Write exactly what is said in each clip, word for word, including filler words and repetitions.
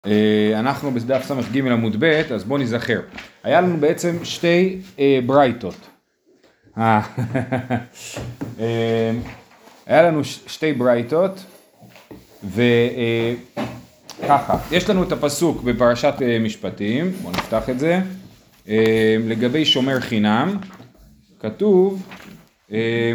אנחנו בדף סמך ג' עמוד ב', אז בואו נזכר. היה לנו בעצם שתי אה, ברייתות. אה, אה, היה לנו ש- שתי ברייתות, וככה, יש לנו את הפסוק בפרשת אה, משפטים, בואו נפתח את זה, אה, לגבי שומר חינם, כתוב, אה,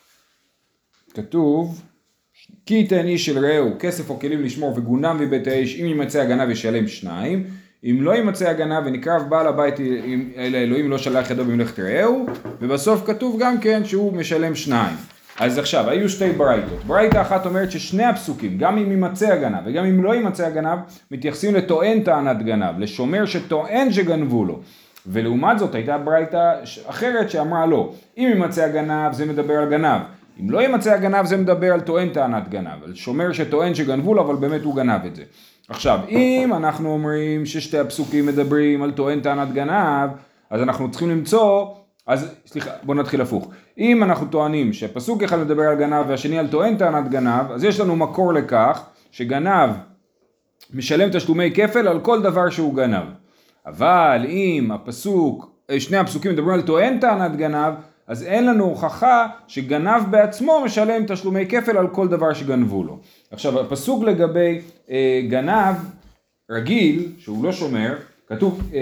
כתוב, כי ייתן איש של רעהו כסף או כלים לשמור וגונם מבית האיש, אם ימצא הגנב ישלם שניים, אם לא ימצא הגנב ונקרב בעל הבית אל האלוהים לא שלח ידו במלאכת רעהו, ובסוף כתוב גם כן שהוא משלם שניים. אז עכשיו, היו שתי ברייתות. ברייתה אחת אומרת ששני הפסוקים, גם אם ימצא הגנב וגם אם לא ימצא הגנב, מתייחסים לטוען טענת גנב, לשומר שטוען שגנבו לו. ולעומת זאת הייתה ברייתה אחרת שאמרה לא, אם ימצא הגנב זה מדבר על גנב, אם לא ימצא הגנב זה מדבר על טוען טענת גנב, על שומר שטוען שגנבו לו אבל באמת הוא גנב את זה. עכשיו, אם אנחנו אומרים ששתי הפסוקים מדברים על טוען טענת גנב, אז אנחנו צריכים למצוא, אז סליחה, בוא נתחיל הפוך. אם אנחנו טוענים שפסוק אחד מדבר על גנב והשני על טוען טענת גנב, אז יש לנו מקור לכך שגנב משלם תשלומי כפל על כל דבר שהוא גנב. אבל אם הפסוק, שני הפסוקים מדברים על טוען טענת גנב, אז אין לנו הוכחה שגנב בעצמו משלם תשלומי כפל על כל דבר שגנבו לו. עכשיו, הפסוק לגבי אה, גנב רגיל, שהוא לא שומר, כתוב, אה,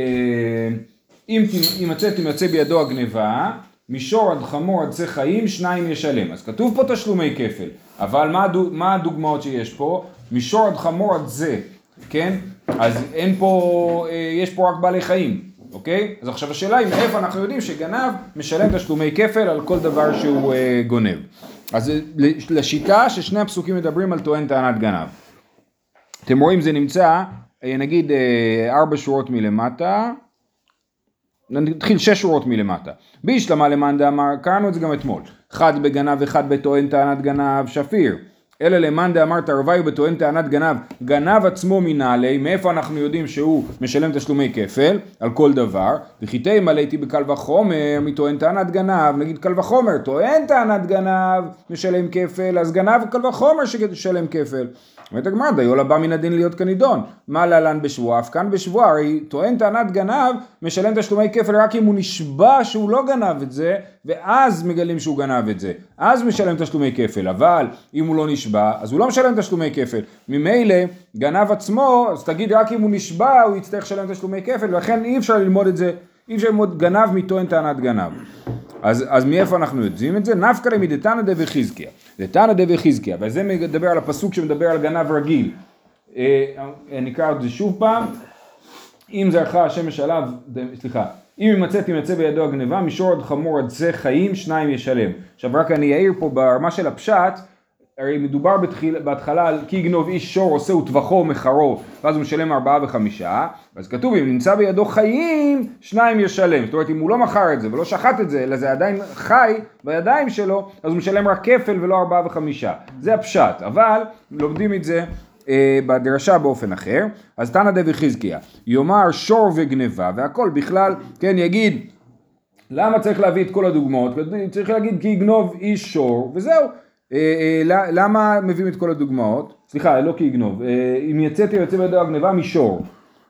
אם תימצא תימצא בידו הגנבה, מישור עד חמור עד שא חיים, שניים ישלם. אז כתוב פה תשלומי כפל, אבל מה, מה הדוגמאות שיש פה? מישור עד חמור עד זה, כן? אז אין פה, אה, יש פה רק בעלי חיים. אוקיי? אז עכשיו השאלה היא מאיפה אנחנו יודעים שגנב משלם תשלומי כפל על כל דבר שהוא אה, גונב. אז לשיטה ששני הפסוקים מדברים על טוען טענת גנב. אתם רואים זה נמצא, אה, נגיד אה, ארבע שורות מלמטה, נתחיל שש שורות מלמטה. בישלמה למאן דאמר, קראנו את זה גם אתמול, אחד בגנב אחד בטוען טענת גנב שפיר. אלא למאן דאמר תרוויו בטוען טענת גנב, גנב עצמו מנעלי, מאיפה אנחנו יודעים שהוא משלם תשלומי כפל על כל דבר, וכיתי מלאתי בקל וחומר מטוען טענת גנב, נגיד קל וחומר, טוען טענת גנב משלם כפל, אז גנב קל וחומר שמשלם כפל. אומרת הגמרא, דיו לבא מן הדין להיות כנידון, מה להלן בשבועה, אף כאן בשבועה, הרי טוען טענת גנב משלם תשלומי כפל רק אם הוא נשבע שהוא לא גנב את זה, ואז מגלים שהוא גנב את זה, אז משלם תשלומי כפל, אבל אם הוא לא נשבע, אז הוא לא משלם תשלומי כפל, ממילא גנב עצמו, אז תגיד רק אם הוא נשבע, הוא יצטרך לשלם תשלומי כפל, ולכן אי אפשר ללמוד את זה, אי אפשר ללמוד גנב מטוען טענת גנב. אז, אז מאיפה אנחנו יודעים את זה? נפקא ליה מדתנא דבי חזקיה, דתנא דבי חזקיה, וזה מדבר על הפסוק שמדבר על גנב רגיל. אה, נקרא את זה שוב פעם, אם זרחה השמש עליו, סליחה, אם ימצא תימצא בידו הגנבה, מישור עד חמור עד שא חיים, שניים ישלם. עכשיו רק אני אעיר פה ברמה של הפשט, הרי מדובר בתחיל, בהתחלה על כי יגנוב איש שור עושה וטבחו ומחרו, ואז הוא משלם ארבעה וחמישה, אז כתוב אם נמצא בידו חיים, שניים ישלם. זאת אומרת אם הוא לא מכר את זה ולא שחט את זה, אלא זה עדיין חי בידיים שלו, אז הוא משלם רק כפל ולא ארבעה וחמישה. זה הפשט, אבל לומדים את זה אה, בדרשה באופן אחר. אז תנא דבי חזקיה, יאמר שור וגנבה והכל בכלל, כן יגיד, למה צריך להביא את כל הדוגמאות? צריך להגיד כי יגנוב איש שור וזהו. למה מביאים את כל הדוגמאות? סליחה, לא כי יגנוב, אם יצאתי יוצא בידו הגנבה מישור.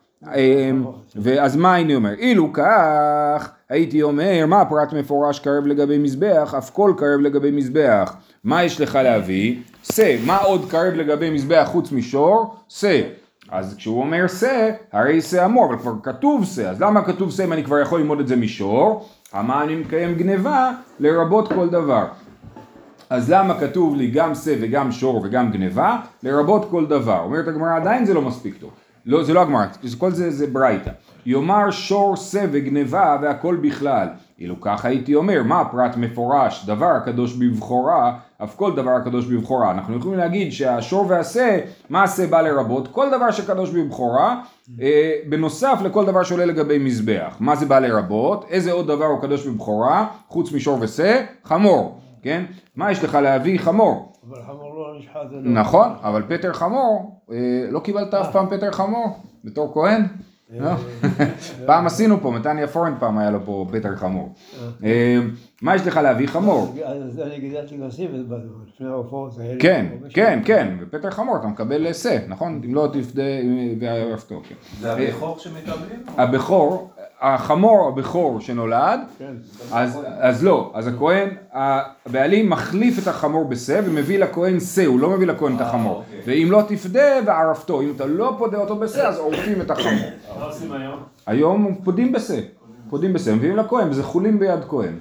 ואז מה אני אומר? אילו כך, הייתי אומר, מה פרט מפורש קרב לגבי מזבח, אף כל קרב לגבי מזבח. מה יש לך להביא? שא, מה עוד קרב לגבי מזבח חוץ מישור? שא. אז כשהוא אומר שא, הרי שא אמור, אבל כבר כתוב שא, אז למה כתוב שא אם אני כבר יכול ללמוד את זה מישור? מה אני מקיים גנבה לרבות כל דבר. אז למה כתוב לי גם שא וגם שור וגם גנבה, לרבות כל דבר? אומרת הגמרא, עדיין זה לא מספיק טוב. לא, זה לא הגמרא, כל זה זה ברייתא. יאמר שור שא וגנבה והכל בכלל. אילו ככה הייתי אומר, מה פרט מפורש, דבר הקדוש בבחורה, אף כל דבר הקדוש בבחורה. אנחנו יכולים להגיד שהשור והשא, מה השא בא לרבות? כל דבר שקדוש בבחורה, אה, בנוסף לכל דבר שעולה לגבי מזבח. מה זה בא לרבות? איזה עוד דבר הוא קדוש בבחורה, חוץ משור ושא? חמור. כן? מה יש לך להביא? חמור. אבל חמור לא נשחט. נכון, אבל פטר חמור, אה, לא קיבלת אף פעם פטר חמור בתור כהן? פעם עשינו פה, מתניה פורנט פעם היה לו פה פטר חמור. מה יש לך להביא חמור? אז אני גידלתי כבשים לפני ההופעות האלה. כן, כן, כן, ופטר חמור אתה מקבל שא, נכון? אם לא תפדה וערפתו. זה הבכור שמקבלים? הבכור, החמור הבכור שנולד, אז לא, אז הכהן, הבעלים מחליף את החמור בשא ומביא לכהן שא, הוא לא מביא לכהן את החמור. ואם לא תפדה וערפתו, אם אתה לא פודה אותו בשא אז עורפים את החמור. מה עושים היום? היום פודים בשא, פודים בשא, מביאים לכהן וזה חולים ביד כהן.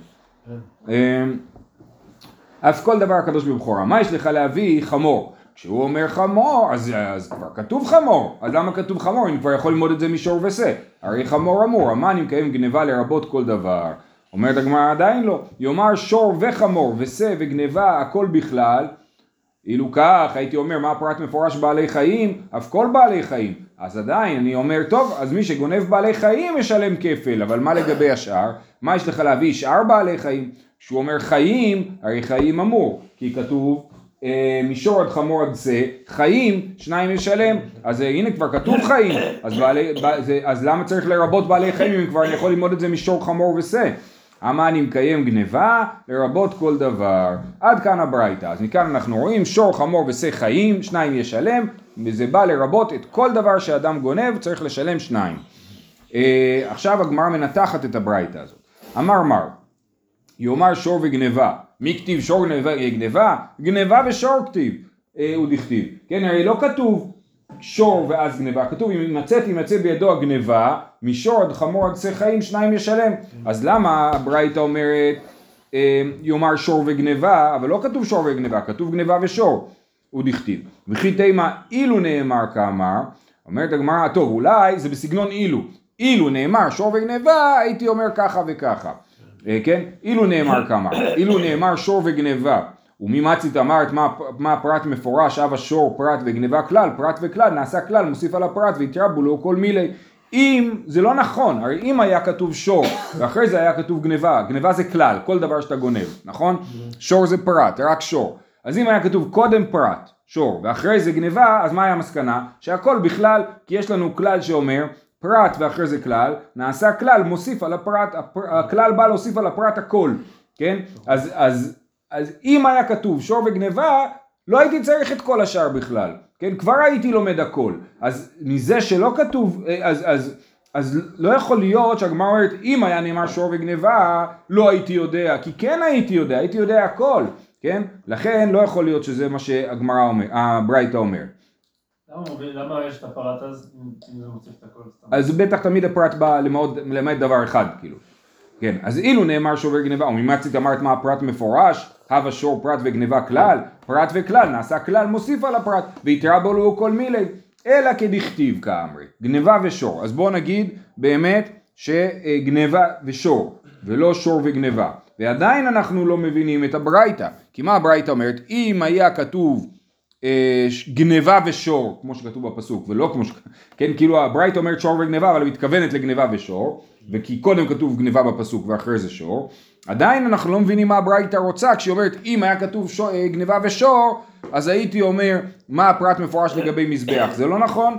אז כל דבר הקדוש בבכורה, מה יש לך להביא? חמור. כשהוא אומר חמור, אז, אז כבר כתוב חמור. אז למה כתוב חמור? אני כבר יכול ללמוד את זה משור ושא. הרי חמור אמור, המן אם קיים גניבה לרבות כל דבר. אומרת הגמרא עדיין לא. יאמר שור וחמור ושא וגניבה הכל בכלל. אילו כך הייתי אומר מה הפרט מפורש בעלי חיים, אף כל בעלי חיים. אז עדיין אני אומר טוב, אז מי שגונב בעלי חיים משלם כפל, אבל מה לגבי השאר? מה יש לך להביא שאר בעלי חיים? כשהוא אומר חיים, הרי חיים אמור, כי כתוב אה, מישור עד חמור עד שא, חיים, שניים ישלם, אז אה, הנה כבר כתוב חיים, אז, בעלי, ב, זה, אז למה צריך לרבות בעלי חיים אם כבר אני יכול ללמוד את זה מישור חמור ושא? אמה אני מקיים גניבה לרבות כל דבר. עד כאן הברייתא. אז מכאן אנחנו רואים שור חמור ושא חיים, שניים ישלם, וזה בא לרבות את כל דבר שאדם גונב, צריך לשלם שניים. אה, עכשיו הגמרא מנתחת את הברייתא הזאת. אמר מר, יאמר שור וגניבה. מי כתיב שור וגניבה? גניבה ושור כתיב. אה, הוא דכתיב. כן, הרי לא כתוב שור ואז גניבה, כתוב אם ימצא תימצא בידו הגניבה, משור עד חמור עד שא חיים שניים ישלם. אז למה הברייתא אומרת אה, יאמר שור וגניבה, אבל לא כתוב שור וגניבה, כתוב גניבה ושור, הוא דכתיב. וכי תימא אילו נאמר כאמר, אומרת הגמרא, טוב אולי זה בסגנון אילו, אילו נאמר שור וגניבה הייתי אומר ככה וככה, אה, כן? אילו נאמר כאמר, אילו נאמר שור וגניבה, וממצית אמרת מה, מה הפרט מפורש, אב השור פרט וגניבה כלל, פרט וכלל, נעשה כלל, מוסיף על הפרט ויתרבו לו כל מילי. אם, זה לא נכון, הרי אם היה כתוב שור, ואחרי זה היה כתוב גניבה, גניבה זה כלל, כל דבר שאתה גונב, נכון? שור זה פרט, רק שור. אז אם היה כתוב קודם פרט, שור, ואחרי זה גניבה, אז מה היה המסקנה? שהכל בכלל, כי יש לנו כלל שאומר, פרט ואחרי זה כלל, נעשה כלל, מוסיף על הפרט, הכלל בא להוסיף על הפרט הכל, כן? אז, אז, אז אם היה כתוב שור וגניבה, לא הייתי צריך את כל השאר בכלל, כן? כבר הייתי לומד הכל. אז מזה שלא כתוב, אז, אז, אז לא יכול להיות שהגמרא אומרת, אם היה נאמר שור וגניבה, לא הייתי יודע, כי כן הייתי יודע, הייתי יודע הכל, כן? לכן לא יכול להיות שזה מה שהגמרא אומר, הברייתא אומר. למה יש את הפרט אז, אם זה מוסיף את הכל? אז בטח תמיד הפרט בא למעט דבר אחד, כאילו. כן, אז אילו נאמר שור וגניבה, או ממצית אמרת מה הפרט מפורש, הווה שור פרט וגניבה כלל, פרט וכלל, נעשה כלל מוסיף על הפרט, ויתרבו לו כל מילי, אלא כדכתיב כאמרי, גניבה ושור. אז בואו נגיד באמת שגניבה ושור, ולא שור וגניבה. ועדיין אנחנו לא מבינים את הברייתא, כי מה הברייתא אומרת? אם היה כתוב אה, גניבה ושור, כמו שכתוב בפסוק, ולא כמו ש... כן, כאילו הברייתא אומרת שור וגניבה, אבל היא מתכוונת לגניבה ושור, וכי קודם כתוב גניבה בפסוק ואחרי זה שור, עדיין אנחנו לא מבינים מה הברייתא רוצה, כשהיא אומרת אם היה כתוב שור, גניבה ושור, אז הייתי אומר מה הפרט מפורש לגבי מזבח, זה לא נכון?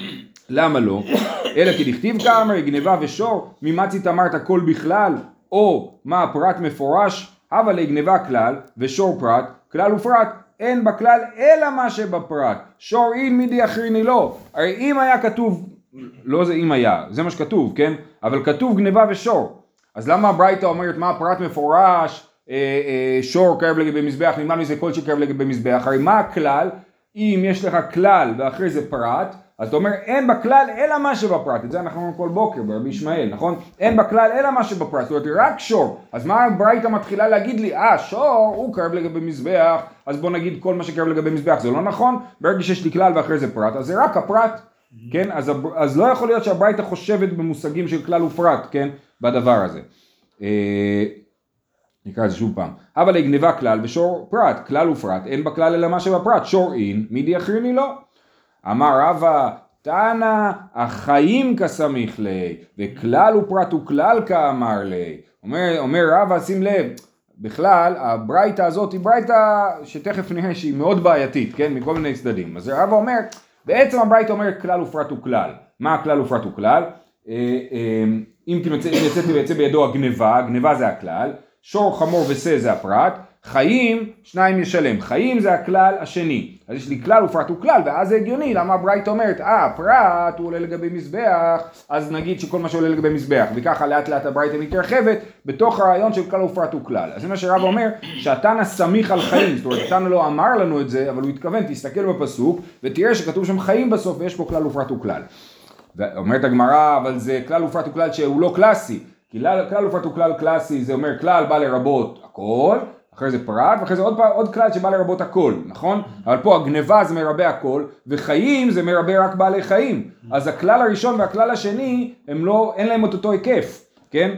למה לא? אלא כי דכתיב כאמר גניבה ושור, ממצית אמרת הכל בכלל, או מה הפרט מפורש, הווה לגניבה כלל ושור פרט, כלל ופרט, אין בכלל אלא מה שבפרט, שור אין מידי אחריני לא, הרי אם היה כתוב, לא זה אם היה, זה מה שכתוב, כן? אבל כתוב גניבה ושור, אז למה הברייתא אומרת מה הפרט מפורש, אה, אה, שור קרב לגבי מזבח, נלמד מזה כל שקרב לגבי מזבח, הרי מה הכלל? אם יש לך כלל ואחרי זה פרט, אז אתה אומר אין בכלל אלא מה שבפרט, את זה אנחנו אומרים כל בוקר ברבי ישמעאל, נכון? אין בכלל אלא מה שבפרט, זאת אומרת רק שור, אז מה הברייתא מתחילה להגיד לי? אה שור הוא קרב לגבי מזבח, אז בוא נגיד כל מה שקרב לגבי מזבח, זה לא נכון? ברגע שיש לי כלל ואחרי זה פרט, אז זה רק הפרט, כן? אז, אז לא יכול להיות שהברייתא חושבת במושגים של כלל ופרט, כן? בדבר הזה. אה, נקרא את זה שוב פעם. אבל לגניבה כלל ושור פרט, כלל ופרט, אין בכלל אלא מה שבפרט, שור אין, מידי אחריני לא. אמר רבא, תנא החיים כסמיך לי, וכלל ופרט וכלל כאמר לי. אומר, אומר רבא, שים לב, בכלל הברייתא הזאת היא ברייתא שתכף נראה שהיא מאוד בעייתית, כן? מכל מיני צדדים. אז רבא אומר, בעצם הברייתא אומרת כלל ופרט וכלל. מה הכלל ופרט הוא כלל? אם יצאתי ויצא בידו הגניבה, הגניבה זה הכלל, שור, חמור ושה זה הפרט, חיים, שניים ישלם, חיים זה הכלל השני, אז יש לי כלל ופרט הוא כלל, ואז זה הגיוני, למה הברית אומרת, אה, פרט הוא עולה לגבי מזבח, אז נגיד שכל מה שעולה לגבי מזבח, וככה לאט לאט הברית מתרחבת, בתוך הרעיון של כלל ופרט הוא כלל, אז זה מה שרב אומר, שהתנא סמיך על חיים, זאת אומרת, התנא לא אמר לנו את זה, אבל הוא התכוון, תסתכל בפסוק, ותראה שכתוב שם חיים בסוף, ויש פה כלל ופרט הוא כלל. ואומרת הגמרא, אבל זה כלל ופרט הוא כלל שהוא לא קלאסי, כי כלל ופרט הוא כלל קלאסי, זה אומר כלל בא לרבות הכל, אחרי זה פרט, ואחרי זה עוד, עוד כלל שבא לרבות הכל, נכון? אבל פה הגניבה זה מרבה הכל, וחיים זה מרבה רק בעלי חיים. אז הכלל הראשון והכלל השני, הם לא, אין להם את אותו היקף, כן?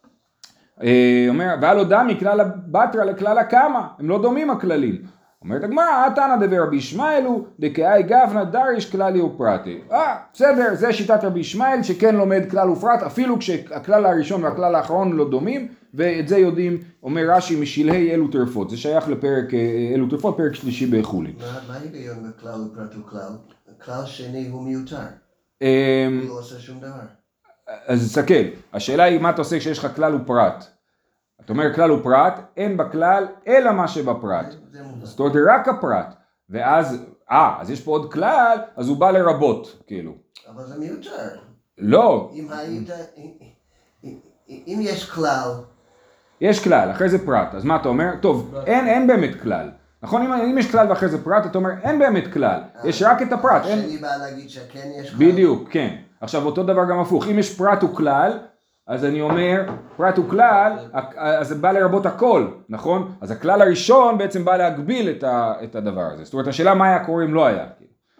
אומר, ועל הודעה מכלל הבטרה לכלל הקמה, הם לא דומים הכללים. אומרת הגמרא, התנא דבר רבי ישמעאל הוא דכאי גוונא דריש כללי ופרטי. אה, בסדר, זה שיטת רבי ישמעאל שכן לומד כלל ופרט, אפילו כשהכלל הראשון והכלל האחרון לא דומים, ואת זה יודעים, אומר רש"י, משלהי אלו טרפות. זה שייך לפרק אלו טרפות, פרק שלישי בחולין. מה ההיגיון בכלל ופרט הוא כלל? כלל שני הוא מיותר. הוא לא עושה שום דבר. אז תסתכל, השאלה היא מה אתה עושה כשיש לך כלל ופרט. אתה אומר כלל ופרט, אין בכלל אלא מה שבפרט. זאת אומרת רק הפרט. ואז, אה, אז יש פה עוד כלל, אז הוא בא לרבות, כאילו. אבל זה מיותר. לא. אם היית, אם יש כלל. יש כלל, אחרי זה פרט. אז מה אתה אומר? טוב, אין, אין באמת כלל. נכון? אם, אם יש כלל ואחרי זה פרט, אתה אומר, אין באמת כלל. יש רק את הפרט. שאני בא להגיד שכן יש כלל. בדיוק, כן. עכשיו, אותו דבר גם הפוך. אם יש פרט וכלל, אז אני אומר, פרט הוא כלל, אז זה בא לרבות הכל, נכון? אז הכלל הראשון בעצם בא להגביל את, ה, את הדבר הזה. זאת אומרת, השאלה מה היה קורה אם לא היה.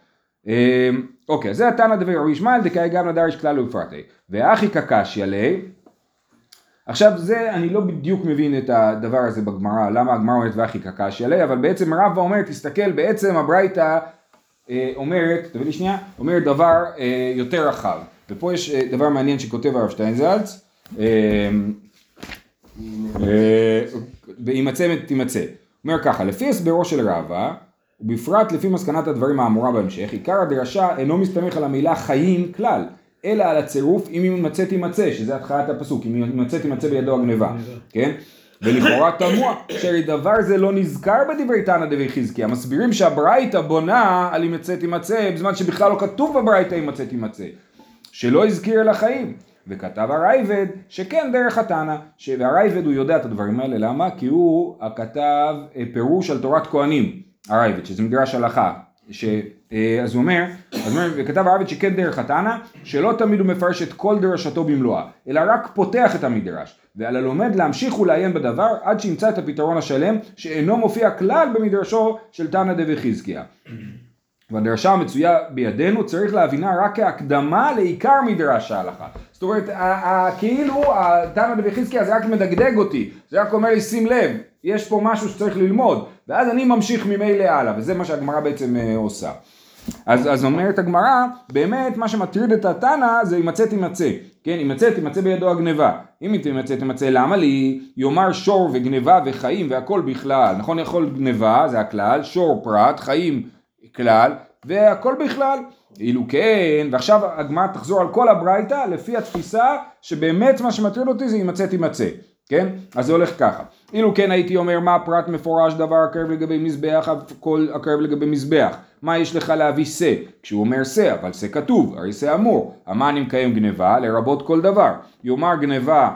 אוקיי, זה התנא דבר רבי ישמעאל, דכאי גוונא דריש כלל ופרטי. והכי קקשיא ליה, עכשיו זה, אני לא בדיוק מבין את הדבר הזה בגמרא, למה הגמרא אומרת והכי קקשיא ליה, אבל בעצם רבא אומר, תסתכל, בעצם הברייתא אומרת, תביא לי שנייה, אומרת דבר יותר רחב. ופה יש דבר מעניין שכותב הרב שטיינזלץ, וימצא תימצא. אומר ככה, לפי הסברו של רבא, ובפרט לפי מסקנת הדברים האמורה בהמשך, עיקר הדרשה אינו מסתמך על המילה חיים כלל, אלא על הצירוף אם ימצא תימצא, שזה התחלת הפסוק, אם ימצא תימצא בידו הגניבה, כן? ולכאורה תמוה, שדבר זה לא נזכר בדברי תנא דבי חזקיה, מסבירים שהברייתא בונה על ימצא תימצא, בזמן שבכלל לא כתוב בברייתא ימצא תימצא. שלא הזכיר אל החיים, וכתב הרייבד שכן דרך התנא, והרייבד הוא יודע את הדברים האלה, למה? כי הוא כתב פירוש על תורת כהנים, הרייבד, שזה מדרש הלכה, ש... אז הוא אומר, אז הוא אומר, וכתב הרייבד שכן דרך התנא, שלא תמיד הוא מפרש את כל דרשתו במלואה, אלא רק פותח את המדרש, ועל הלומד להמשיך ולעיין בדבר, עד שימצא את הפתרון השלם, שאינו מופיע כלל במדרשו של תנא דבי חזקיה. והדרשה המצויה בידינו צריך להבינה רק כהקדמה לעיקר מדרש ההלכה. זאת אומרת, כאילו תנא דבי חזקיה זה רק מדגדג אותי, זה רק אומר לי שים לב, יש פה משהו שצריך ללמוד, ואז אני ממשיך ממילא הלאה, וזה מה שהגמרא בעצם עושה. אז, אז אומרת הגמרא, באמת מה שמטריד את התנא זה ימצא תימצא, כן, ימצא תימצא בידו הגניבה, אם תימצא תימצא למה לי, יאמר שור וגניבה וחיים והכל בכלל, נכון, יכול גניבה זה הכלל, שור פרט, חיים כלל, והכל בכלל, אילו כן, ועכשיו הגמרא תחזור על כל הברייתא, לפי התפיסה שבאמת מה שמטריד אותי זה ימצא תימצא, כן? אז זה הולך ככה, אילו כן הייתי אומר מה פרט מפורש דבר הקרב לגבי מזבח, הכל הקרב לגבי מזבח, מה יש לך להביא שא? כשהוא אומר שא, אבל שא כתוב, הרי שא אמור, המן אם קיים גניבה, לרבות כל דבר, יאמר גניבה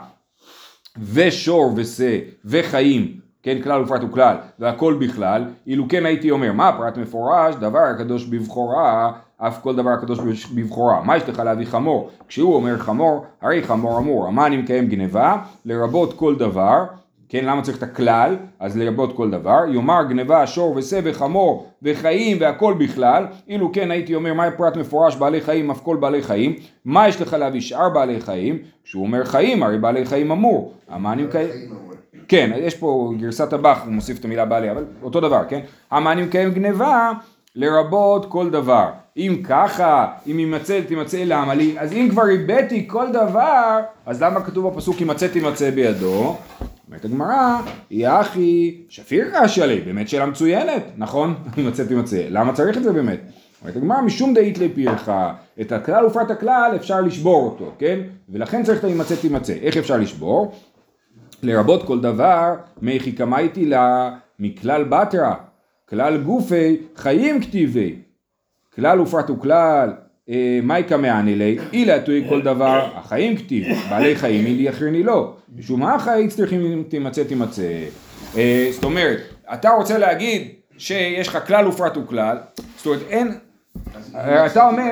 ושור ושא וחיים, כן, כלל ופרט וכלל, והכל בכלל, אילו כן הייתי אומר, מה פרט מפורש, דבר הקדוש בבחורה, אף כל דבר הקדוש בבחורה, מה יש לך להביא חמור? כשהוא אומר חמור, הרי חמור אמור, המן אם קיים גניבה, לרבות כל דבר, כן, למה צריך את הכלל? אז לרבות כל דבר, יאמר גניבה, שור ושא וחמור וחיים והכל בכלל, אילו כן הייתי אומר, מה פרט מפורש, בעלי חיים, אף כל בעלי חיים, מה יש לך להביא שאר בעלי חיים? כשהוא אומר חיים, הרי בעלי חיים אמור, המן אם קיים... כן, יש פה גרסת הבח, הוא מוסיף את המילה בעלי, אבל אותו דבר, כן? המן אם קיים גניבה, לרבות כל דבר. אם ככה, אם ימצא תימצא למה לי, אז אם כבר ריבאתי כל דבר, אז למה כתוב בפסוק ימצא תימצא בידו? אומרת הגמרא, יא אחי, שפיר קשיא ליה, באמת שאלה מצוינת, נכון? ימצא תימצא, למה צריך את זה באמת? אומרת הגמרא, משום דאית לפיך, את הכלל ופרט הכלל אפשר לשבור אותו, כן? ולכן צריך להימצא תימצא. איך אפשר לשבור? לרבות כל דבר, מי קמייתי לה מכלל בתרא, כלל גופי, חיים כתיבי. כלל ופרט וכלל, מי קמעני לי, אילה תוי כל דבר, החיים כתיב, בעלי חיים אילי אחרני לא. משום החיים צריכים תימצא תימצא. זאת אומרת, אתה רוצה להגיד שיש לך כלל ופרט וכלל, זאת אומרת אין, אתה אומר,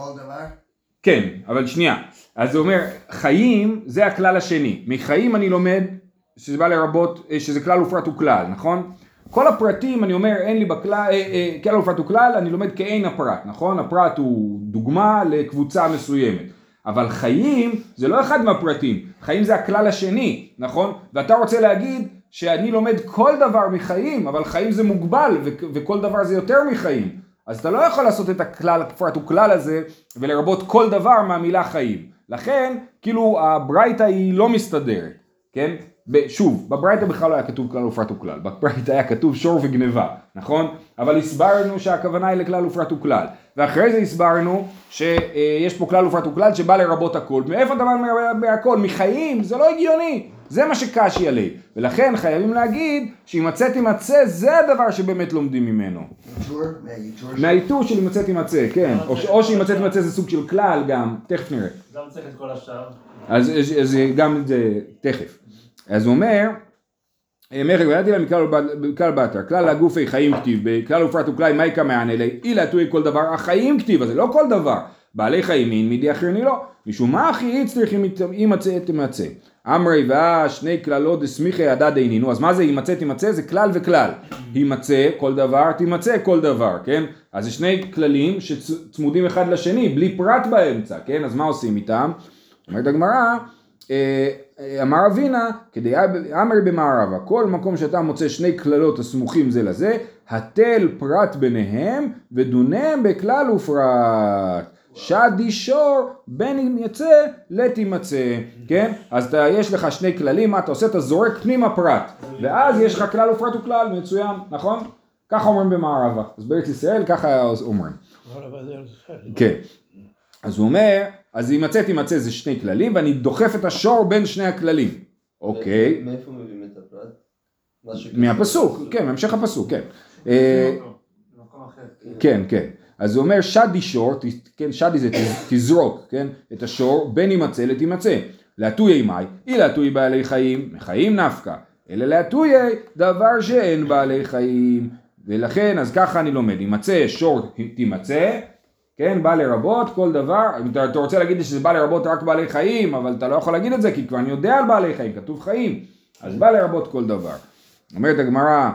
כן, אבל שנייה, אז זה אומר, חיים זה הכלל השני, מחיים אני לומד שזה בא לרבות, שזה כלל ופרט וכלל, נכון? כל הפרטים אני אומר אין לי בכלל, כלל ופרט וכלל, אני לומד כאין הפרט, נכון? הפרט הוא דוגמה לקבוצה מסוימת, אבל חיים זה לא אחד מהפרטים, חיים זה הכלל השני, נכון? ואתה רוצה להגיד שאני לומד כל דבר מחיים, אבל חיים זה מוגבל ו- וכל דבר זה יותר מחיים, אז אתה לא יכול לעשות את הכלל, הפרט וכלל הזה ולרבות כל דבר מהמילה חיים, לכן כאילו הברייתא היא לא מסתדרת, כן? שוב, בברייתא בכלל לא היה כתוב כלל ופרט וכלל, בברייתא היה כתוב שור וגניבה, נכון? אבל הסברנו שהכוונה היא לכלל ופרט וכלל, ואחרי זה הסברנו שיש פה כלל ופרט וכלל שבא לרבות הכל. מאיפה אתה בא מהכל? מחיים? זה לא הגיוני, זה מה שקשי עלי, ולכן חייבים להגיד שימצא תימצא זה הדבר שבאמת לומדים ממנו. מהאיתור של ימצא תימצא, כן, או שימצא תימצא זה סוג של כלל גם, תכף נראה. גם צריך את כל השאר. אז גם זה תכף. אז הוא אומר, מרק וידעתי לה מכלל בתרא, כלל הגופי חיים כתיב, בכלל ופרט וכלל מי קמעני לי, אילה תוי כל דבר, החיים כתיב, אז זה לא כל דבר, בעלי חיים אין מידי אחרני לא, משום מה אחי יצטרך ימצא תימצא. אמרי ואה שני כללות דסמיכי הדד אינינו, אז מה זה ימצא תימצא? זה כלל וכלל, ימצא כל דבר, תימצא כל דבר, כן? אז זה שני כללים שצמודים אחד לשני, בלי פרט באמצע, כן? אז מה עושים איתם? אומרת הגמרא, אמר אבינה, כדי אמר במערבה, כל מקום שאתה מוצא שני כללות הסמוכים זה לזה, התל פרט ביניהם ודונם בכלל ופרט. שדי שור בין אם יצא לתימצא, כן? אז אתה, יש לך שני כללים, מה אתה עושה? אתה זורק פנימה פרט, ואז יש לך כלל ופרט וכלל מצוין, נכון? ככה אומרים במערבה, אז בארץ ישראל ככה אומרים. כן. אז הוא אומר, אז ימצא תימצא זה שני כללים, ואני דוחף את השור בין שני הכללים. אוקיי. מאיפה מביאים את הפרט? מהפסוק, כן, מהמשך הפסוק, כן. כן, כן. אז הוא אומר שדי שור, כן, שדי זה תזרוק, כן, את השור, בין ימצא לתימצא. להטויי מאי, אי להטויי בעלי חיים, מחיים נפקא, אלא להטויי דבר שאין בעלי חיים. ולכן, אז ככה אני לומד, ימצא שור תימצא, כן, בא לרבות כל דבר, אתה, אתה רוצה להגיד שזה בא לרבות רק בעלי חיים, אבל אתה לא יכול להגיד את זה, כי כבר אני יודע על בעלי חיים, כתוב חיים, אז בא לרבות כל דבר. אומרת הגמרא,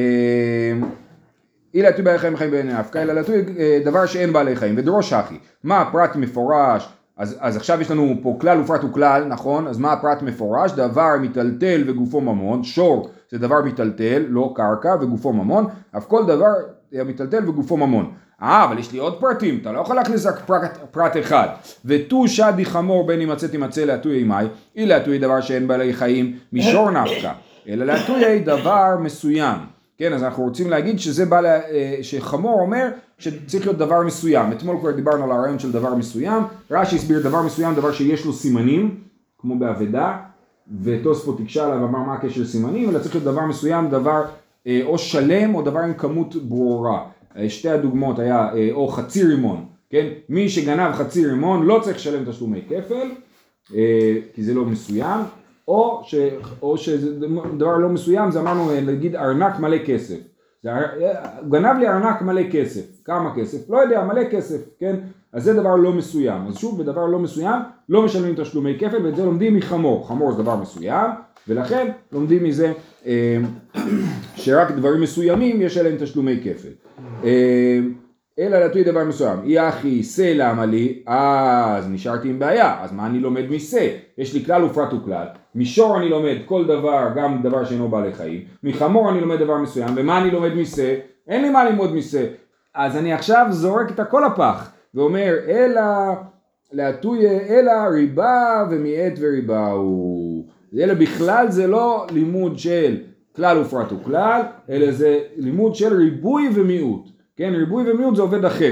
אילה תוי בעלי חיים חיים בעיני נפקא, אלא תוי דבר שאין בעלי חיים, ודרוש אחי, מה הפרט מפורש, אז, אז עכשיו יש לנו פה כלל ופרט וכלל, נכון, אז מה הפרט מפורש, דבר מטלטל וגופו ממון, שור זה דבר מטלטל, לא קרקע וגופו ממון, אף כל דבר מטלטל וגופו ממון. אה, אבל יש לי עוד פרטים, אתה לא יכול להכניס רק פרט, פרט אחד. ותו שדי חמור בין ימצא תימצא להטויי מאי, אי להטויי דבר שאין בעלי חיים מישור נפקא, אלא להטויי דבר מסוים. כן, אז אנחנו רוצים להגיד שזה בא, לה, שחמור אומר שצריך להיות דבר מסוים. אתמול כבר דיברנו על הרעיון של דבר מסוים, רש"י הסביר דבר מסוים, דבר שיש לו סימנים, כמו בעבדה, ותוספות הקשה עליו ואמר מה הקשר סימנים, אלא צריך להיות דבר מסוים, דבר או שלם או דבר עם כמות ברורה. שתי הדוגמאות היה או חצי רימון, כן? מי שגנב חצי רימון לא צריך לשלם תשלומי כפל, כי זה לא מסוים, או, ש, או שזה דבר לא מסוים, זה אמרנו להגיד ארנק מלא כסף. זה, גנב לי ארנק מלא כסף, כמה כסף? לא יודע, מלא כסף, כן? אז זה דבר לא מסוים. אז שוב, בדבר לא מסוים, לא משלמים תשלומי כפל, ואת זה לומדים מחמור. חמור זה דבר מסוים, ולכן לומדים מזה שרק דברים מסוימים יש עליהם תשלומי כפל. אלא להטוי דבר מסוים, אי אחי שא למה לי, אז נשארתי עם בעיה, אז מה אני לומד משא? יש לי כלל ופרט וכלל, מישור אני לומד כל דבר, גם דבר שאינו בעלי חיים, מחמור אני לומד דבר מסוים, ומה אני לומד משא? אין לי מה ללמוד משא, אז אני עכשיו זורק את הכל הפח, ואומר אלא להטוי אלא ריבה ומיעט וריבה הוא, אלא בכלל זה לא לימוד של כלל ופרט וכלל, אלא זה לימוד של ריבוי ומיעוט. כן, ריבוי ומיעוט זה עובד אחרת.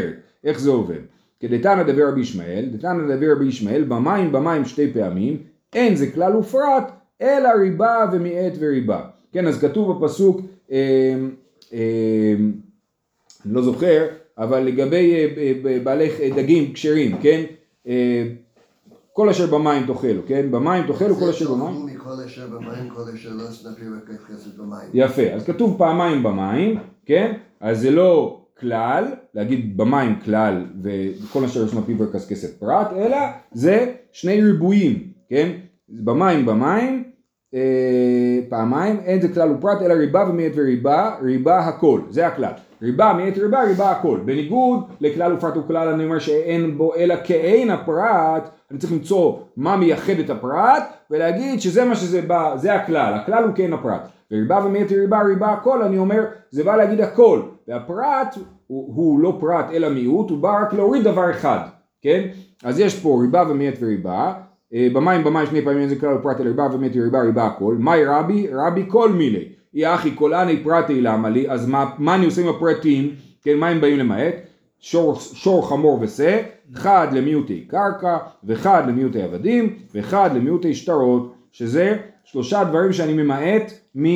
איך זה עובד? כדתנא דבר רבי ישמעאל, דתנא דבר רבי ישמעאל, במים במים שתי פעמים, אין זה כלל ופרט, אלא ריבה ומיעט וריבה. כן, אז כתוב בפסוק, אה, אה, אני לא זוכר, אבל לגבי אה, אה, בעלי דגים כשרים, כן? אה, כל אשר במים תאכלו, כן? במים תאכלו כל אשר במים. זה מכל אשר במים, כל אשר לא סנפיר וכסף במים. יפה, אז כתוב פעמיים במים, כן? אז זה לא כלל, להגיד במים כלל וכל אשר יש סנפיר וכסף פרט, אלא זה שני ריבועים, כן? במים במים, אה, פעמיים, אין זה כלל ופרט, אלא ריבה ומיעט וריבה, ריבה הכל, זה הכלל. ריבה, מיעט ריבה, ריבה הכל. בניגוד לכלל ופרט וכלל, אני אומר שאין בו אלא כאין הפרט, אני צריך למצוא מה מייחד את הפרט, ולהגיד שזה מה שזה בא, זה הכלל, הכלל הוא כאין הפרט. וריבה ומיעט ריבה, ריבה הכל, אני אומר, זה בא להגיד הכל. והפרט הוא, הוא לא פרט אלא מיעוט, הוא בא רק להוריד דבר אחד, כן? אז יש פה ריבה ומיעט וריבה, במים במים שני פעמים אין זה כלל ופרט אלא ריבה ומיעט ריבה, ריבה הכל. מהי רבי? רבי כל מילי. יא אחי כל עני פרטי למה לי, אז מה, מה אני עושה עם הפרטים, כן, מה הם באים למעט? שור, שור חמור ושה, אחד למיעוטי קרקע, ואחד למיעוטי עבדים, ואחד למיעוטי שטרות, שזה שלושה דברים שאני ממעט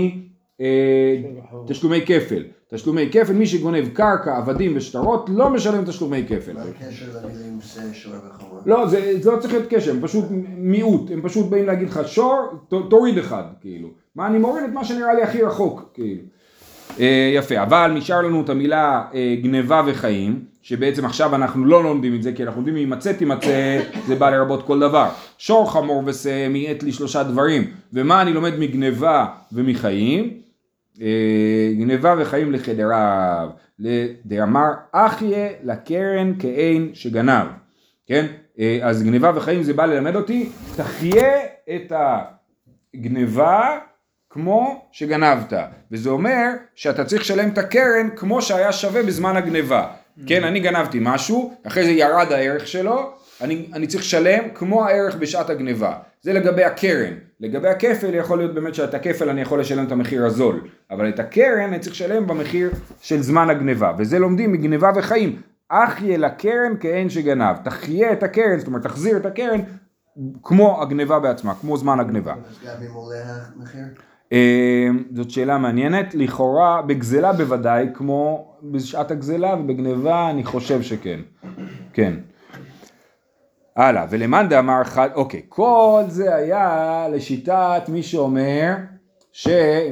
מתשלומי כפל. תשלומי כפל, מי שגונב קרקע, עבדים ושטרות, לא משלם תשלומי כפל. מה הקשר למילים שה, שור וחמור? לא, זה, זה לא צריך להיות קשר, הם פשוט מיעוט, הם פשוט באים להגיד לך שור, ת, תוריד אחד, כאילו. מה אני מוריד את מה שנראה לי הכי רחוק, כאילו. אה, יפה, אבל נשאר לנו את המילה אה, גניבה וחיים, שבעצם עכשיו אנחנו לא לומדים את זה, כי אנחנו יודעים להימצא תימצא, זה בא לרבות כל דבר. שור חמור ושה מיעט לי שלושה דברים, ומה אני לומד מגניבה ומחיים? אה, גניבה וחיים לחדריו, דאמר אחיה לקרן כאין שגנב, כן? אה, אז גניבה וחיים זה בא ללמד אותי, תחיה את הגניבה כמו שגנבת, וזה אומר שאתה צריך לשלם את הקרן כמו שהיה שווה בזמן הגניבה. כן, אני גנבתי משהו, אחרי זה ירד הערך שלו, אני, אני צריך לשלם כמו הערך בשעת הגניבה. זה לגבי הקרן. לגבי הכפל יכול להיות באמת שאת הכפל אני יכול לשלם את המחיר הזול, אבל את הקרן אני צריך לשלם במחיר של זמן הגניבה, וזה לומדים מגניבה וחיים. אחיה לקרן כאין שגנב, תחיה את הקרן, זאת אומרת תחזיר את הקרן כמו הגניבה בעצמה, כמו זמן הגניבה. אז גם אם עולה המחיר? זאת שאלה מעניינת, לכאורה בגזלה בוודאי, כמו בשעת הגזלה, ובגניבה אני חושב שכן, כן. הלאה, ולמאן דאמר אחד, אוקיי, כל זה היה לשיטת מי שאומר, ש...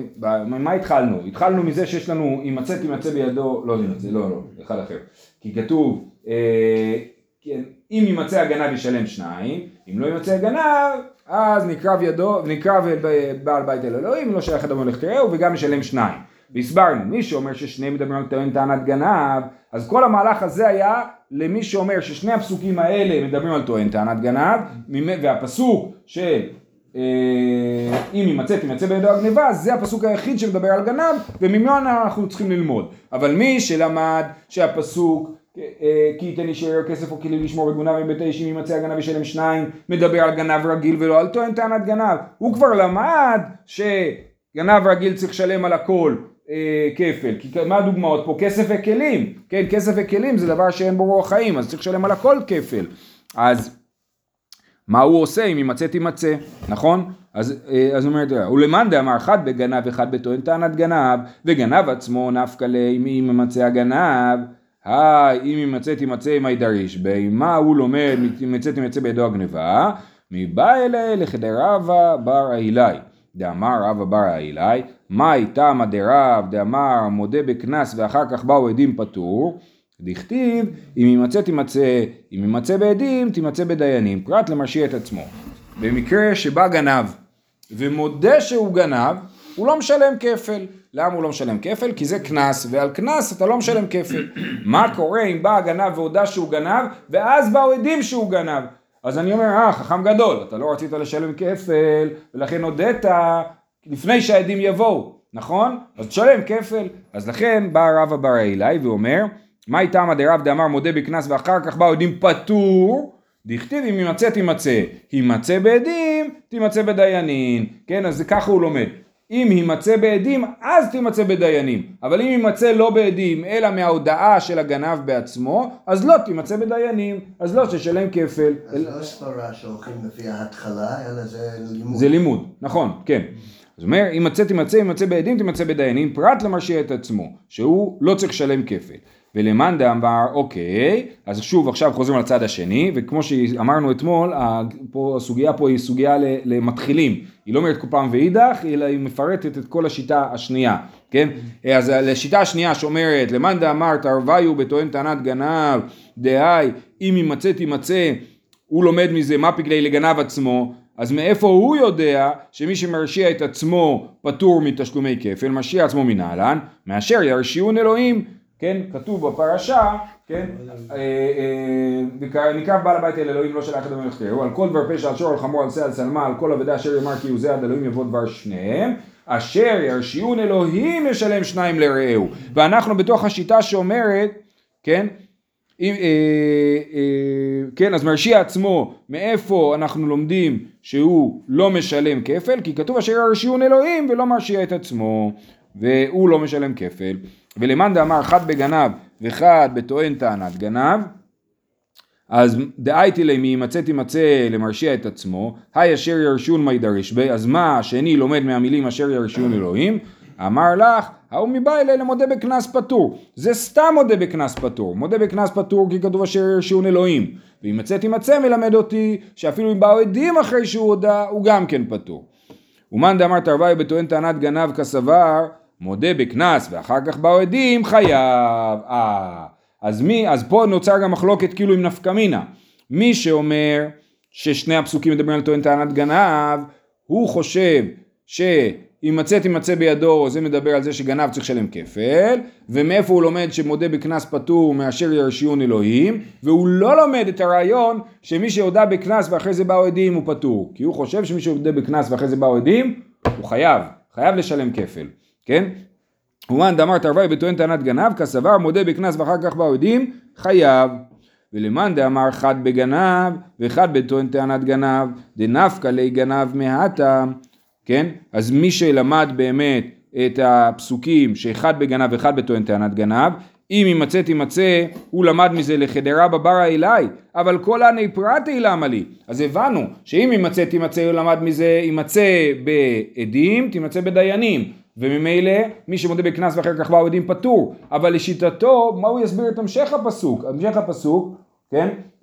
מה התחלנו? התחלנו מזה שיש לנו, אם מצא תימצא בידו, לא תימצא, לא, לא, אחד אחר, כי כתוב, אה, כן, אם יימצא הגנב ישלם שניים, אם לא יימצא הגנב, אז נקרב ידו, נקרב בעל בית אל אלוהים, לא שייך אדם הולך תראהו, וגם ישלם שניים. והסברנו, מי שאומר ששני מדברים על טוען טענת גנב, אז כל המהלך הזה היה למי שאומר ששני הפסוקים האלה מדברים על טוען טענת גנב, והפסוק של אה, אם יימצא תימצא בידו הגניבה, אז זה הפסוק היחיד שמדבר על גנב, וממנו אנחנו צריכים ללמוד. אבל מי שלמד שהפסוק כי ייתן איש יראה כסף או כלי לשמור בגונב מבית האיש אם יימצא הגנב ישלם שניים, מדבר על גנב רגיל ולא על טוען טענת גנב. הוא כבר למד שגנב רגיל צריך לשלם על הכל אה, כפל, כי מה הדוגמאות פה? כסף וכלים, כן, כסף וכלים זה דבר שאין בו רוח חיים, אז צריך לשלם על הכל כפל. אז מה הוא עושה אם יימצא תימצא, נכון? אז, אז הוא אומר, ולמאן דאמר אחד בגנב אחד בטוען טענת גנב, וגנב עצמו נפקא ליה אם יימצא הגנב, היי, אם יימצא תימצא מי דריש, במה הוא לומד, יימצא תימצא בידו הגניבה, מבא אלי לחדר רבא בר אהילי, דאמר רבא בר אהילי, מה איתם הדרב, דאמר מודה בקנס ואחר כך באו עדים פטור, דכתיב, אם יימצא תימצא, אם יימצא בעדים, תימצא בדיינים, פרט למרשיע את עצמו. במקרה שבא גנב ומודה שהוא גנב, הוא לא משלם כפל. למה הוא לא משלם כפל? כי זה קנס, ועל קנס אתה לא משלם כפל. מה קורה אם בא הגנב והודע שהוא גנב, ואז באו עדים שהוא גנב? אז אני אומר, אה, חכם גדול, אתה לא רצית לשלם כפל, ולכן הודעת לפני שהעדים יבואו, נכון? אז תשלם כפל. אז לכן בא רבא בר אהילי ואומר, מה איתם הדרב דאמר מודה בקנס ואחר כך באו עדים פטור, דכתיב אם יימצא תימצא, יימצא בעדים, תימצא בדיינים, כן, אז ככה הוא לומד. אם יימצא בעדים, אז תימצא בדיינים. אבל אם יימצא לא בעדים, אלא מההודעה של הגנב בעצמו, אז לא תימצא בדיינים, אז לא תשלם כפל. אז לא ספרה שהולכים לפי ההתחלה, אלא זה לימוד. זה לימוד, נכון, כן. זאת אומרת, אם יימצא תימצא, אם יימצא בעדים, תימצא בדיינים, פרט למרשיע את עצמו, שהוא לא צריך לשלם כפל. ולמאן דאמר, אוקיי, אז שוב עכשיו חוזרים לצד השני, וכמו שאמרנו אתמול, פה, הסוגיה פה היא סוגיה למתחילים, היא לא אומרת כל פעם ואידך, אלא היא מפרטת את כל השיטה השנייה, כן? אז לשיטה השנייה שאומרת, למאן דאמר תרוויו בטוען טענת גנב, דהי, אם יימצא תימצא, הוא לומד מזה מה פגלי לגנב עצמו, אז מאיפה הוא יודע שמי שמרשיע את עצמו פטור מתשלומי כפל, מרשיע עצמו מנהלן, מאשר ירשיעון אלוהים, כן, כתוב בפרשה, כן, נקרב בעל הבית אל אלוהים לא שלח אדם מלאכתהו, על כל דבר פשע, על שור, על חמור, על שא, על שלמה, על כל עבודה אשר יאמר כי הוא זה עד אלוהים יבוא דבר שניהם, אשר ירשיעון אלוהים ישלם שניים לרעהו, ואנחנו בתוך השיטה שאומרת, כן, אם, אה, אה, כן, אז מרשיע עצמו, מאיפה אנחנו לומדים שהוא לא משלם כפל, כי כתוב אשר ירשיעון אלוהים ולא מרשיע את עצמו, והוא לא משלם כפל. ולמאן דאמר אחד בגנב ואחד בטוען טענת גנב, אז דאייתי ליה מיימצא תימצא למרשיע את עצמו, היי אשר ירשיעון מי דריש בי, אז מה השני לומד מהמילים אשר ירשיעון אלוהים, אמר לך, ההוא מבא אלי למודה בקנס פטור, זה סתם מודה בקנס פטור, מודה בקנס פטור כי כתוב אשר ירשיעון אלוהים, ויימצא תימצא מלמד אותי שאפילו אם באו עדים אחרי שהוא הודה, הוא גם כן פטור. ומאן דאמר תרוויו בטוען טענת גנב כסבר, מודה בקנס ואחר כך באו עדים חייב. אה, אז מי, אז פה נוצר גם מחלוקת כאילו עם נפקא מינה. מי שאומר ששני הפסוקים מדברים על טוען טענת גנב, הוא חושב שאם מצא תימצא בידו, זה מדבר על זה שגנב צריך לשלם כפל, ומאיפה הוא לומד שמודה בקנס פטור מאשר ירשיעון אלוהים, והוא לא לומד את הרעיון שמי שהודה בקנס ואחרי זה באו עדים הוא פטור, כי הוא חושב שמי שהודה בקנס ואחרי זה באו עדים, הוא חייב, חייב לשלם כפל. כן? ומאן דאמר תרוויו בטוען טענת גנב, כסבר מודה בקנס ואחר כך באו עדים, חייב. ולמאן דאמר אחד בגנב ואחד בטוען טענת גנב, דנפקא ליה גנב מהתם, כן? אז מי שלמד באמת את הפסוקים שאחד בגנב ואחד בטוען טענת גנב, אם יימצא תימצא, הוא למד מזה לחדרה בברא אליי, אבל כל עני פרטי למה לי? אז הבנו שאם יימצא תימצא, הוא למד מזה, יימצא בעדים, תימצא בדיינים, וממילא מי שמודה בקנס ואחר כך באו עדים פטור, אבל לשיטתו, מה הוא יסביר את המשך הפסוק? המשך הפסוק, כן?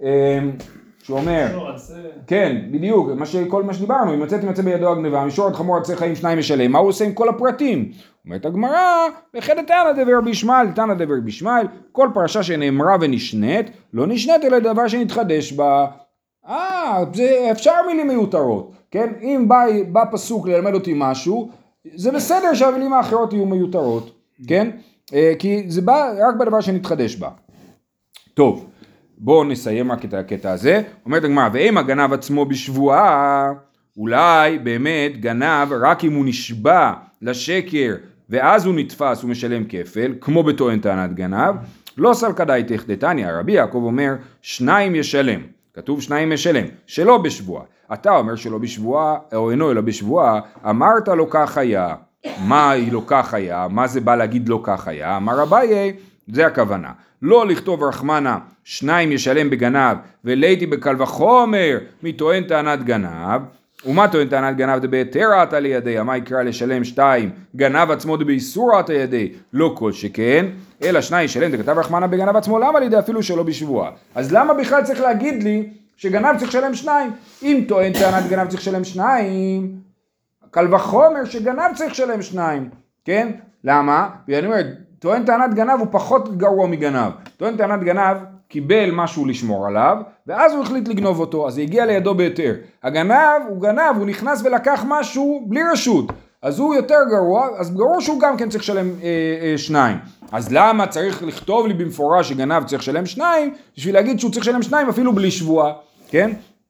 שאומר, כן, בדיוק, כל מה שדיברנו, אם מצאתי מצא בידו הגניבה, מישור עד חמור עצי חיים שניים משלם, מה הוא עושה עם כל הפרטים? אומרת הגמרא, לכד תנא דבר בישמעאל, תנא דבר בישמעאל, כל פרשה שנאמרה ונשנית, לא נשנית אלא דבר שנתחדש בה. אה, זה אפשר מילים מיותרות, כן? אם בא, בא פסוק ללמד אותי משהו, זה בסדר שהמילים האחרות יהיו מיותרות, כן? כי זה בא רק בדבר שנתחדש בה. טוב. בואו נסיים רק את הקטע הזה. אומרת הגמרא, ואם הגנב עצמו בשבועה, אולי באמת גנב רק אם הוא נשבע לשקר ואז הוא נתפס ומשלם כפל, כמו בטוען טענת גנב, לא סלקא דייתך דתניא, רבי יעקב אומר שניים ישלם, כתוב שניים ישלם, שלא בשבועה. אתה אומר שלא בשבועה, או אינו אלא בשבועה, אמרת לו כך היה. מה היא לא כך היה? מה זה בא להגיד לא כך היה? אמר אביי, זה הכוונה. לא לכתוב רחמנה שניים ישלם בגנב וליתי בקל וחומר מטוען טענת גנב. ומה טוען טענת גנב דבהתרא עתה לידי, מה יקרא לשלם שתיים גנב עצמו דבאיסורא עתה ידי, לא כל שכן, אלא שניים ישלם דכתב רחמנה בגנב עצמו, למה לידי אפילו שלא בשבועה? אז למה בכלל צריך להגיד לי שגנב צריך לשלם שניים? אם טוען טענת גנב צריך לשלם שניים, קל וחומר שגנב צריך לשלם שניים, כן? למה? ואני אומר, טוען טענת גנב הוא פחות גרוע מגנב. טוען טענת גנב קיבל משהו לשמור עליו, ואז הוא החליט לגנוב אותו, אז זה הגיע לידו בהיתר. הגנב הוא גנב, הוא נכנס ולקח משהו בלי רשות, אז הוא יותר גרוע, אז גרוע שהוא גם כן צריך לשלם אה, אה, שניים. אז למה צריך לכתוב לי במפורש שגנב צריך לשלם שניים, בשביל להגיד שהוא צריך לשלם שניים אפילו בלי שבועה, כן?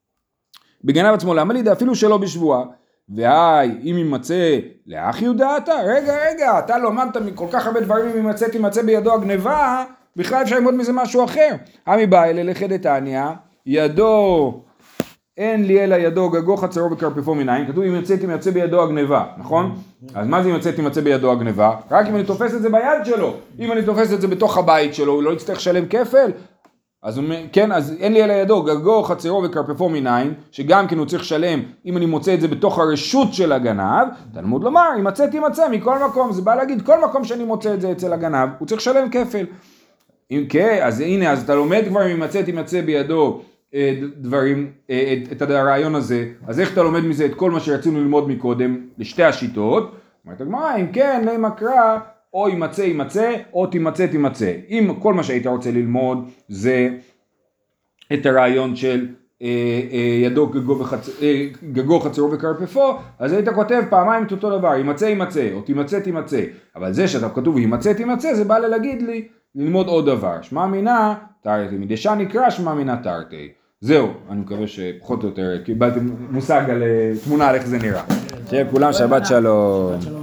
בגנב עצמו, למה לי? אפילו שלא בשבועה. והי, אם יימצא לאח יהודה אתה, רגע, רגע, אתה לא אמרת מכל כך הרבה דברים, אם יימצא, תימצא בידו הגניבה, בכלל אפשר ללמוד מזה משהו אחר. המי בא אלה לכד תניא, ידו אין לי אלא ידו גגו חצרו וקרפפו מנין, כתוב אם יוצא תמצא בידו הגניבה, נכון? אז מה זה אם יוצא תמצא בידו הגניבה? רק אם אני תופס את זה ביד שלו, אם אני תופס את זה בתוך הבית שלו, הוא לא יצטרך לשלם כפל? אז כן, אז אין לי אלא ידו גגו חצרו וקרפפו מנין, שגם כן הוא צריך לשלם אם אני מוצא את זה בתוך הרשות של הגנב, תלמוד לומר, אם מצא תמצא מכל מקום, זה בא להגיד כל מקום שאני מוצא את זה אצל הגנב, הוא צריך לשלם כפל. אם כן, אז הנה, אז אתה לומד כבר אם מצא תמצא בידו דברים, את הרעיון הזה, אז איך אתה לומד מזה את כל מה שרצינו ללמוד מקודם לשתי השיטות? אומרת הגמרא, אם כן, למה קרא, או ימצא ימצא, או תמצא תמצא. אם כל מה שהיית רוצה ללמוד זה את הרעיון של אה, אה, ידו גגו, וחצ... אה, גגו חצרו וקרפפו, אז היית כותב פעמיים את אותו דבר, ימצא ימצא, או תמצא תמצא. אבל זה שאתה כתוב ימצא תמצא, זה בא להגיד לי ללמוד עוד דבר. שמע מינה תרתי, מדשא נקרא שמע מינה תרתי. זהו, אני מקווה שפחות או יותר קיבלתם מושג על תמונה על איך זה נראה. שיהיה כולם שבת שלום.